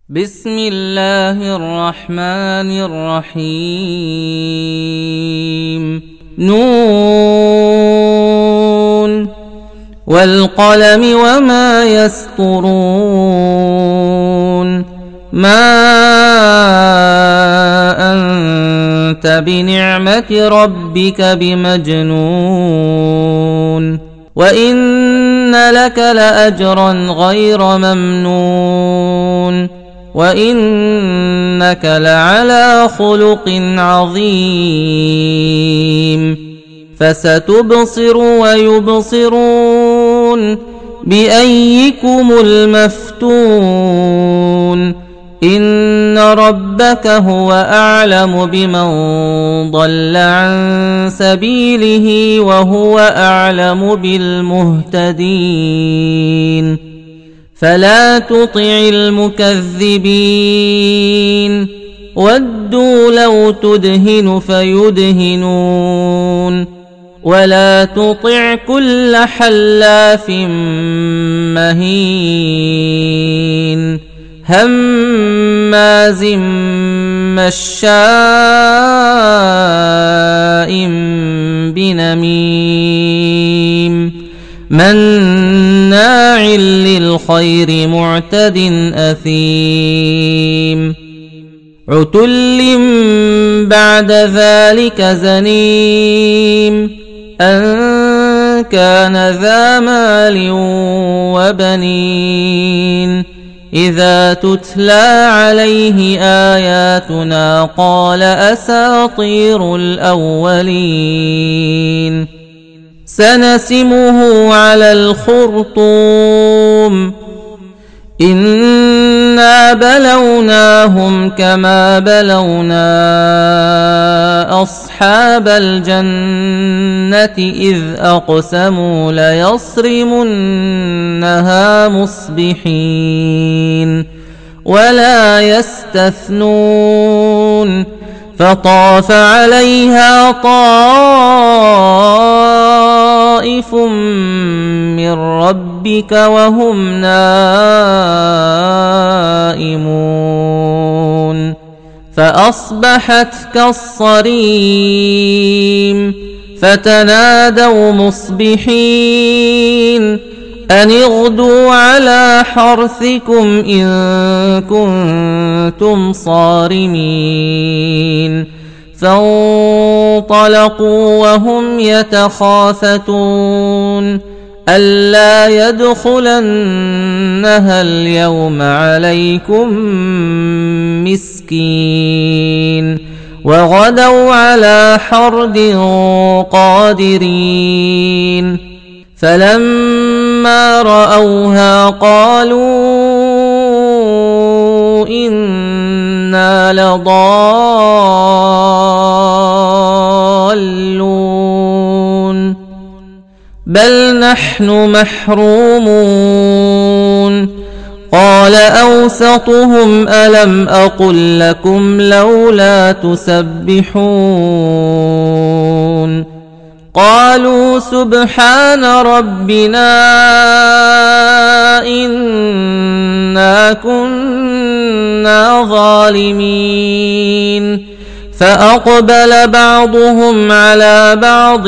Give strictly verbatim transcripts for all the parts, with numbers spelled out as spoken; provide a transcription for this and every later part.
بسم الله الرحمن الرحيم نون والقلم وما يسطرون ما أنت بنعمة ربك بمجنون وإن لك لأجرا غير ممنون وإنك لعلى خلق عظيم فستبصر ويبصرون بأيكم المفتون إن ربك هو أعلم بمن ضل عن سبيله وهو أعلم بالمهتدين فلا تطع المكذبين ودوا لو تدهن فيدهنون ولا تطع كل حلاف مهين هماز مشاء بنميم مناع للخير معتد أثيم عتل بعد ذلك زنيم أن كان ذا مال وبنين إذا تتلى عليه آياتنا قال أساطير الأولين سنسمه على الخرطوم إنا بلوناهم كما بلونا أصحاب الجنة إذ أقسموا ليصرمنها مصبحين ولا يستثنون فطاف عليها طائف من ربك وهم نائمون فأصبحت كالصريم فتنادوا مصبحين أن اغدوا على حرثكم إن كنتم صارمين فانطلقوا وهم يتخافتون ألا يدخلنها اليوم عليكم مسكين وغدوا على حرد قادرين فلما رأوها قالوا إنا لضالون بل نحن محرومون قال أوسطهم ألم أقل لكم لولا تسبحون قالوا سبحان ربنا إنا كنا ظالمين فأقبل بعضهم على بعض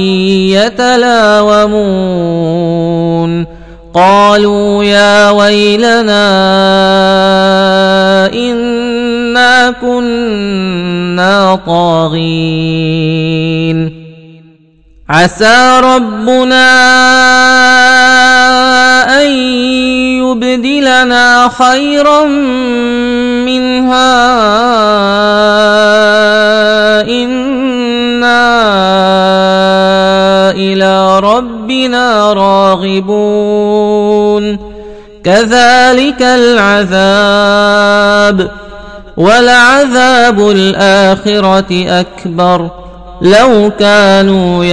يتلاومون قالوا يا ويلنا إنا كنا طاغين عسى ربنا أن يبدلنا خيرا منها إنا إلى ربنا راغبون كذلك العذاب ولعذاب الآخرة أكبر لو كانوا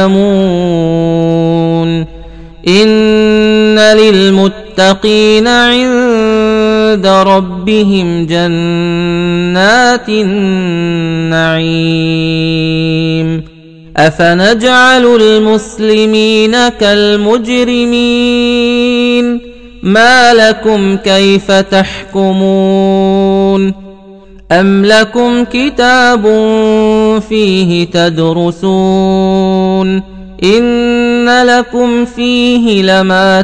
يعلمون إن للمتقين عند ربهم جنات النعيم أفنجعل المسلمين كالمجرمين ما لكم كيف تحكمون أم لكم كتاب فيه تدرسون إن لكم فيه لما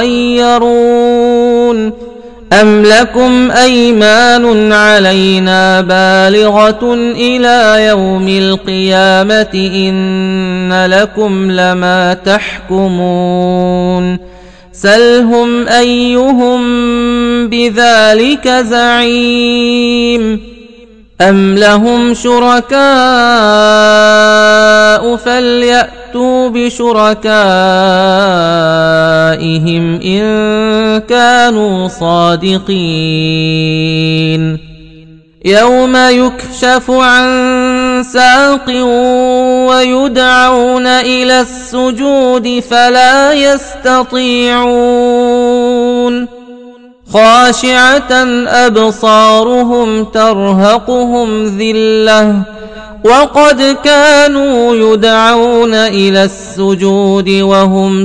تخيرون أم لكم أيمان علينا بالغة إلى يوم القيامة إن لكم لما تحكمون سلهم أيهم بذلك زعيم أم لهم شركاء فليأتوا بشركائهم إن كانوا صادقين يوم يكشف عن ساق ويدعون إلى السجود فلا يستطيعون خاشعة أبصارهم ترهقهم ذلة وقد كانوا يدعون إلى السجود وهم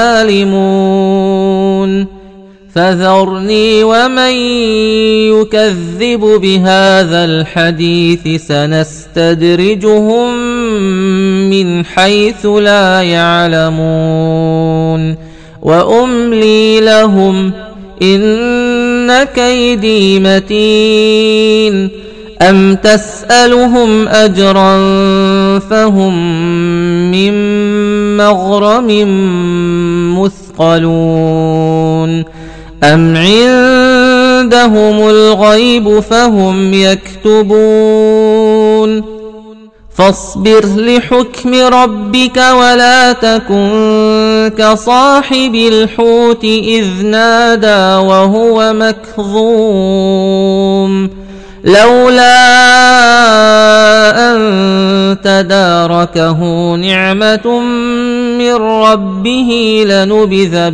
سالمون فذرني ومن يكذب بهذا الحديث سنستدرجهم من حيث لا يعلمون وأملي لهم إن كيدي متين أم تسألهم أجرا فهم من مغرم مثقلون أم عندهم الغيب فهم يكتبون فاصبر لحكم ربك ولا تكن كصاحب الحوت إذ نادى وهو مكظوم لولا أن تداركه نعمة من ربه لنبذ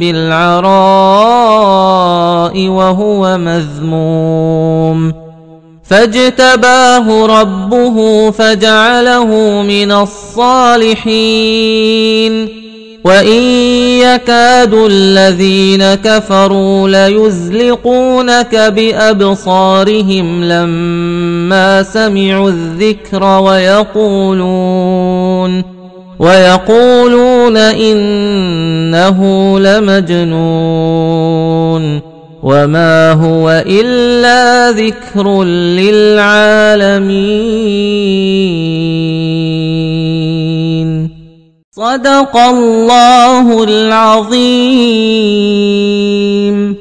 بالعراء وهو مذموم فاجتباه ربه فجعله من الصالحين وإن يكاد الذين كفروا ليزلقونك بأبصارهم لما سمعوا الذكر ويقولون ويقولون إنه لمجنون وما هو إلا ذكر للعالمين صدق الله العظيم.